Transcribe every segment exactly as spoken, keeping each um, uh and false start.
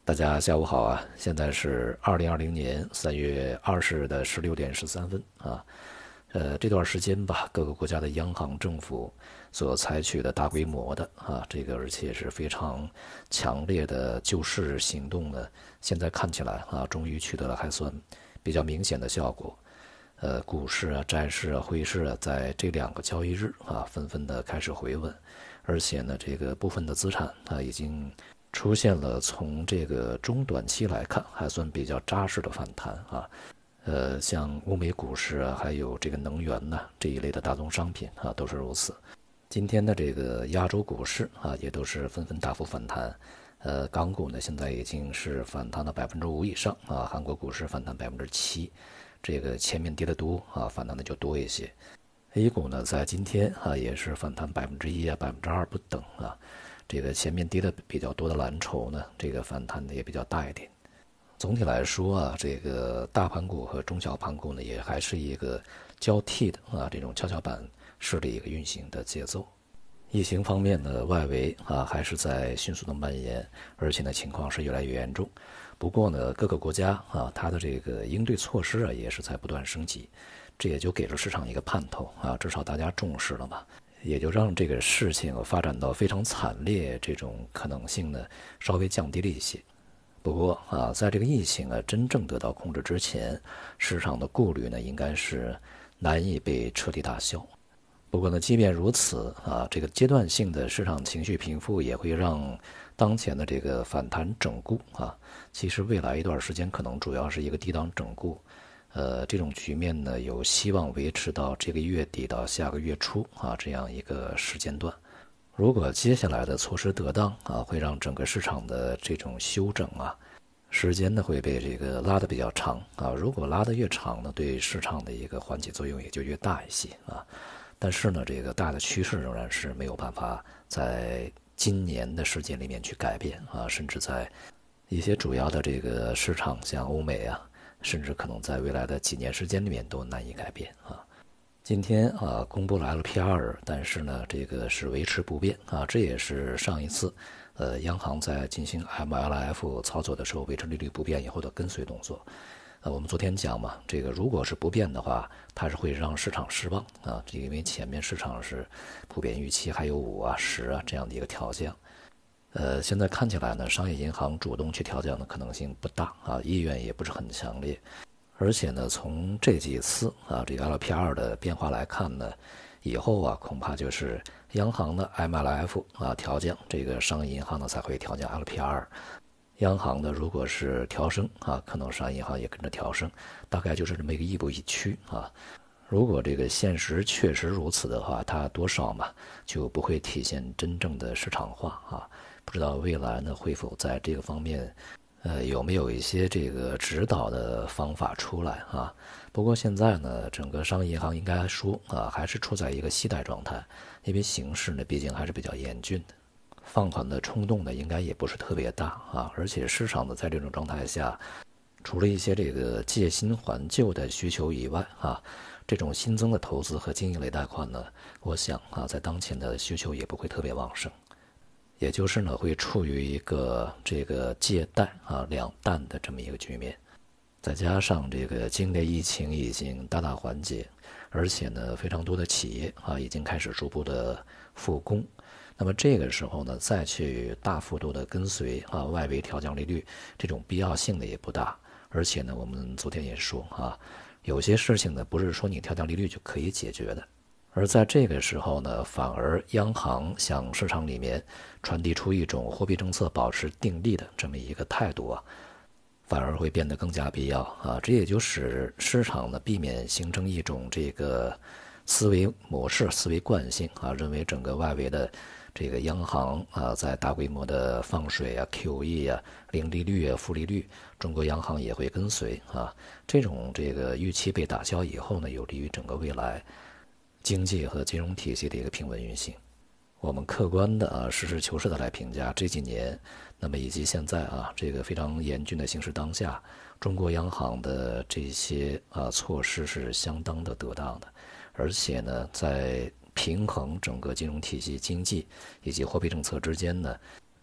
大家下午好啊！现在是二零二零年三月二十日的十六点十三分啊。呃，这段时间吧，各个国家的央行政府所采取的大规模的啊，这个而且是非常强烈的救市行动呢，现在看起来啊，终于取得了还算比较明显的效果。呃，股市啊、债市啊、汇市啊，在这两个交易日啊，纷纷的开始回稳，而且呢，这个部分的资产啊，已经出现了从这个中短期来看还算比较扎实的反弹啊。呃，像欧美股市啊，还有这个能源呢这一类的大宗商品啊，都是如此。今天的这个亚洲股市啊，也都是纷纷大幅反弹。呃，港股呢现在已经是反弹了百分之五以上啊，韩国股市反弹百分之七。这个前面跌得多啊，反弹的就多一些。A 股呢，在今天啊也是反弹百分之一啊、百分之二不等啊。这个前面跌的比较多的蓝筹呢，这个反弹的也比较大一点。总体来说啊，这个大盘股和中小盘股呢，也还是一个交替的啊这种跷跷板式的一个运行的节奏。疫情方面呢，外围啊还是在迅速的蔓延，而且呢情况是越来越严重。不过呢，各个国家啊，它的这个应对措施啊，也是在不断升级，这也就给了市场一个盼头啊，至少大家重视了嘛，也就让这个事情发展到非常惨烈这种可能性呢，稍微降低了一些。不过啊，在这个疫情啊真正得到控制之前，市场的顾虑呢，应该是难以被彻底打消。不过呢，即便如此啊，这个阶段性的市场情绪平复也会让当前的这个反弹整固啊，其实未来一段时间可能主要是一个低档整固，呃，这种局面呢有希望维持到这个月底到下个月初啊这样一个时间段。如果接下来的措施得当啊，会让整个市场的这种修整啊，时间呢会被这个拉得比较长啊。如果拉得越长呢，对市场的一个缓解作用也就越大一些啊。但是呢，这个大的趋势仍然是没有办法在今年的时间里面去改变啊，甚至在一些主要的这个市场，像欧美啊，甚至可能在未来的几年时间里面都难以改变啊。今天啊，公布了 L P R， 但是呢，这个是维持不变啊，这也是上一次呃央行在进行 M L F 操作的时候，维持利率不变以后的跟随动作。呃，我们昨天讲嘛，这个如果是不变的话，它是会让市场失望啊，因为前面市场是普遍预期还有五啊、十啊这样的一个调降。呃，现在看起来呢，商业银行主动去调降的可能性不大啊，意愿也不是很强烈。而且呢，从这几次啊这个 L P R 的变化来看呢，以后啊恐怕就是央行的 M L F 啊调降，这个商业银行呢才会调降 L P R。央行的如果是调升啊，可能商业银行也跟着调升，大概就是这么一个亦步亦趋啊。如果这个现实确实如此的话，它多少嘛就不会体现真正的市场化啊。不知道未来呢会否在这个方面，呃有没有一些这个指导的方法出来啊？不过现在呢，整个商业银行应该说啊还是处在一个期待状态，因为形势呢毕竟还是比较严峻的。放款的冲动呢，应该也不是特别大啊，而且市场呢，在这种状态下，除了一些这个借新还旧的需求以外啊，这种新增的投资和经营类贷款呢，我想啊，在当前的需求也不会特别旺盛，也就是呢，会处于一个这个借贷啊两淡的这么一个局面，再加上这个经历疫情已经大大缓解，而且呢，非常多的企业啊已经开始逐步的复工。那么这个时候呢，再去大幅度的跟随啊外围调降利率，这种必要性呢也不大。而且呢，我们昨天也说啊，有些事情呢不是说你调降利率就可以解决的。而在这个时候呢，反而央行向市场里面传递出一种货币政策保持定力的这么一个态度啊，反而会变得更加必要啊。这也就使市场呢避免形成一种这个思维模式、思维惯性啊，认为整个外围的这个央行啊，在大规模的放水啊、Q E 啊、零利率啊、负利率，中国央行也会跟随啊。这种这个预期被打消以后呢，有利于整个未来经济和金融体系的一个平稳运行。我们客观的啊，实事求是的来评价这几年，那么以及现在啊，这个非常严峻的形势当下，中国央行的这些啊措施是相当的得当的，而且呢，在平衡整个金融体系、经济以及货币政策之间呢，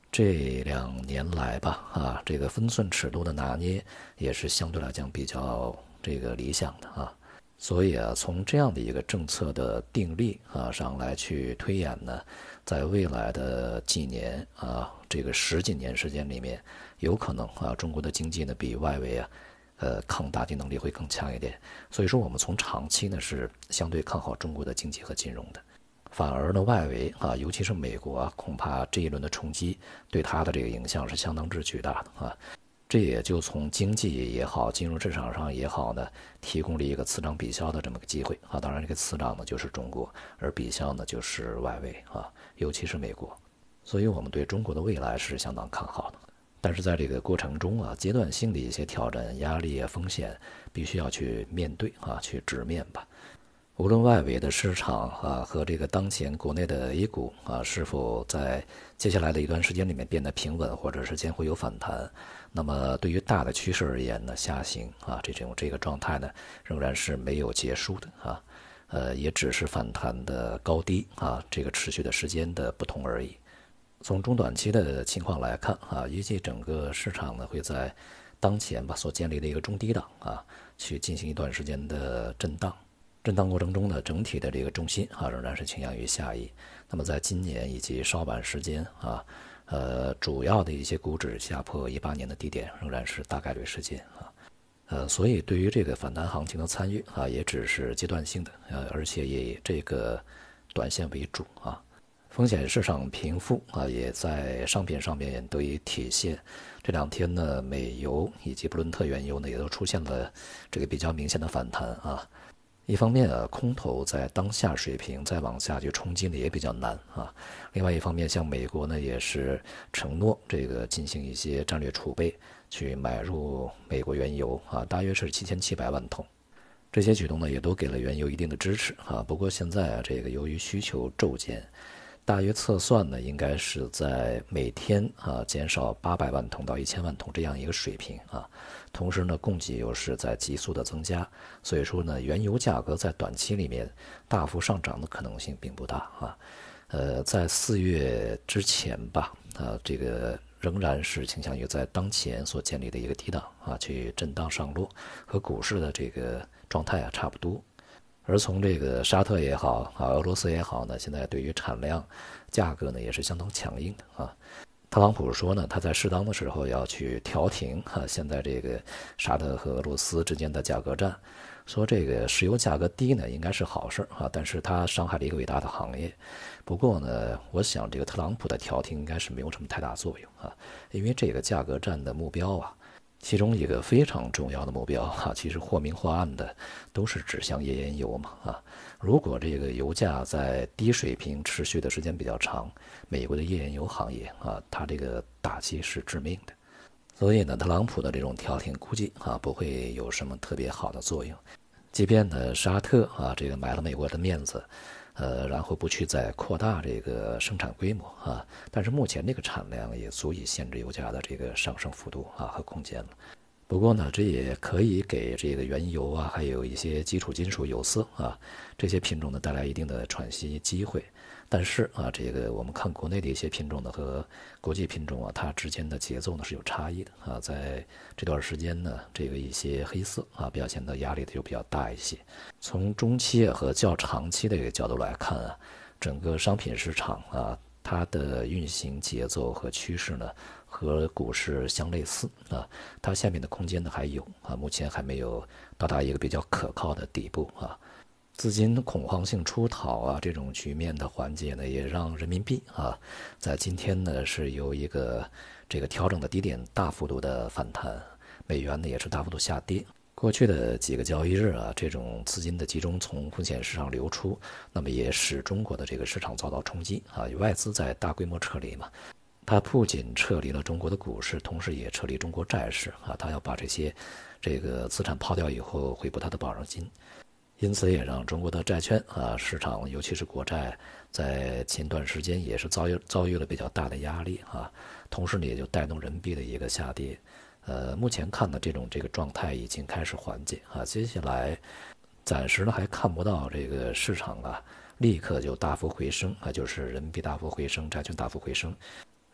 这两年来吧，啊，这个分寸尺度的拿捏也是相对来讲比较这个理想的啊。所以啊，从这样的一个政策的定力啊上来去推演呢，在未来的几年啊，这个十几年时间里面，有可能啊，中国的经济呢比外围啊，呃，抗打击能力会更强一点。所以说，我们从长期呢是相对看好中国的经济和金融的。反而呢，外围啊，尤其是美国啊，恐怕这一轮的冲击对它的这个影响是相当之巨大的啊。这也就从经济也好，金融市场上也好呢，提供了一个此涨彼消的这么个机会啊。当然，这个此涨呢就是中国，而彼消呢就是外围啊，尤其是美国。所以我们对中国的未来是相当看好的。但是在这个过程中啊，阶段性的一些挑战、压力、风险，必须要去面对啊，去直面吧。无论外围的市场啊和这个当前国内的 A 股啊是否在接下来的一段时间里面变得平稳，或者是间会有反弹，那么对于大的趋势而言呢，下行啊这种这个状态呢仍然是没有结束的啊，呃也只是反弹的高低啊这个持续的时间的不同而已。从中短期的情况来看啊，预计整个市场呢会在当前吧所建立的一个中低档啊去进行一段时间的震荡。震荡过程中呢，整体的这个重心啊仍然是倾向于下移。那么在今年以及稍晚时间啊，呃，主要的一些股指下破一八年的低点，仍然是大概率事件啊。呃，所以对于这个反弹行情的参与啊，也只是阶段性的，呃，而且也以这个短线为主啊。风险市场平复啊，也在商品上面得以体现。这两天呢，美油以及布伦特原油呢，也都出现了这个比较明显的反弹啊。一方面啊，空头在当下水平再往下去冲击呢也比较难啊。另外一方面，像美国呢也是承诺这个进行一些战略储备，去买入美国原油啊，大约是七千七百万桶。这些举动呢也都给了原油一定的支持啊。不过现在啊，这个由于需求骤减，大约测算呢，应该是在每天啊减少八百万桶到一千万桶这样一个水平啊。同时呢，供给又是在急速的增加，所以说呢，原油价格在短期里面大幅上涨的可能性并不大啊。呃，在四月之前吧，啊，这个仍然是倾向于在当前所建立的一个低档啊去震荡上落，和股市的这个状态啊差不多。而从这个沙特也好啊，俄罗斯也好呢，现在对于产量、价格呢也是相当强硬的啊。特朗普说呢，他在适当的时候要去调停啊，现在这个沙特和俄罗斯之间的价格战，说这个石油价格低呢应该是好事啊，但是它伤害了一个伟大的行业。不过呢，我想这个特朗普的调停应该是没有什么太大作用啊，因为这个价格战的目标啊。其中一个非常重要的目标哈，其实或明或暗的都是指向页岩油嘛啊。如果这个油价在低水平持续的时间比较长，美国的页岩油行业啊，它这个打击是致命的。所以呢，特朗普的这种调停估计啊不会有什么特别好的作用。即便呢沙特啊这个买了美国的面子。呃，然后不去再扩大这个生产规模啊，但是目前这个产量也足以限制油价的这个上升幅度啊和空间了。不过呢，这也可以给这个原油啊，还有一些基础金属有色啊这些品种呢带来一定的喘息机会。但是啊，这个我们看国内的一些品种呢和国际品种啊，它之间的节奏呢是有差异的啊。在这段时间呢，这个一些黑色啊表现的压力就比较大一些。从中期和较长期的一个角度来看啊，整个商品市场啊，它的运行节奏和趋势呢和股市相类似啊，它下面的空间呢还有啊，目前还没有到达一个比较可靠的底部啊。资金恐慌性出逃啊，这种局面的缓解呢，也让人民币啊，在今天呢是由一个这个调整的低点大幅度的反弹，美元呢也是大幅度下跌。过去的几个交易日啊，这种资金的集中从风险市场流出，那么也使中国的这个市场遭到冲击啊，有外资在大规模撤离嘛。它不仅撤离了中国的股市，同时也撤离中国债市啊，它要把这些这个资产抛掉以后回补它的保证金。因此也让中国的债券啊市场，尤其是国债，在前段时间也是遭遇遭遇了比较大的压力啊，同时呢也就带动人民币的一个下跌。呃，目前看的这种这个状态已经开始缓解啊，接下来暂时呢还看不到这个市场啊立刻就大幅回升啊，就是人民币大幅回升，债券大幅回升。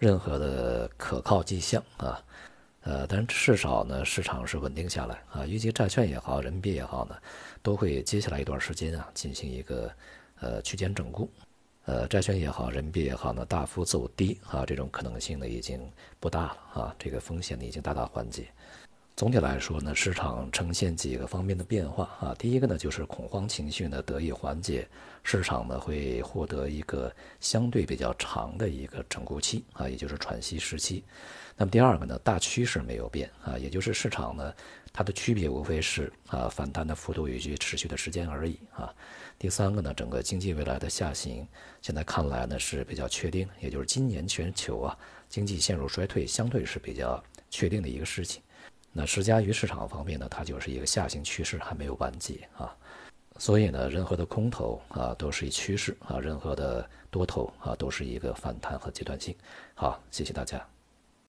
任何的可靠迹象啊。呃，但是至少呢，市场是稳定下来啊。预计债券也好，人民币也好呢，都会接下来一段时间啊，进行一个呃区间整固。呃，债券也好，人民币也好呢，大幅走低啊，这种可能性呢已经不大了啊，这个风险呢已经大大缓解。总体来说呢，市场呈现几个方面的变化啊。第一个呢，就是恐慌情绪呢得以缓解，市场呢会获得一个相对比较长的一个整固期啊，也就是喘息时期。那么第二个呢，大趋势没有变啊，也就是市场呢它的区别无非是啊反弹的幅度以及持续的时间而已啊。第三个呢，整个经济未来的下行现在看来呢是比较确定，也就是今年全球啊经济陷入衰退，相对是比较确定的一个事情。那施加于市场方面呢，它就是一个下行趋势还没有完结啊，所以呢，任何的空头啊都是一趋势啊，任何的多头啊都是一个反弹和阶段性。好，谢谢大家。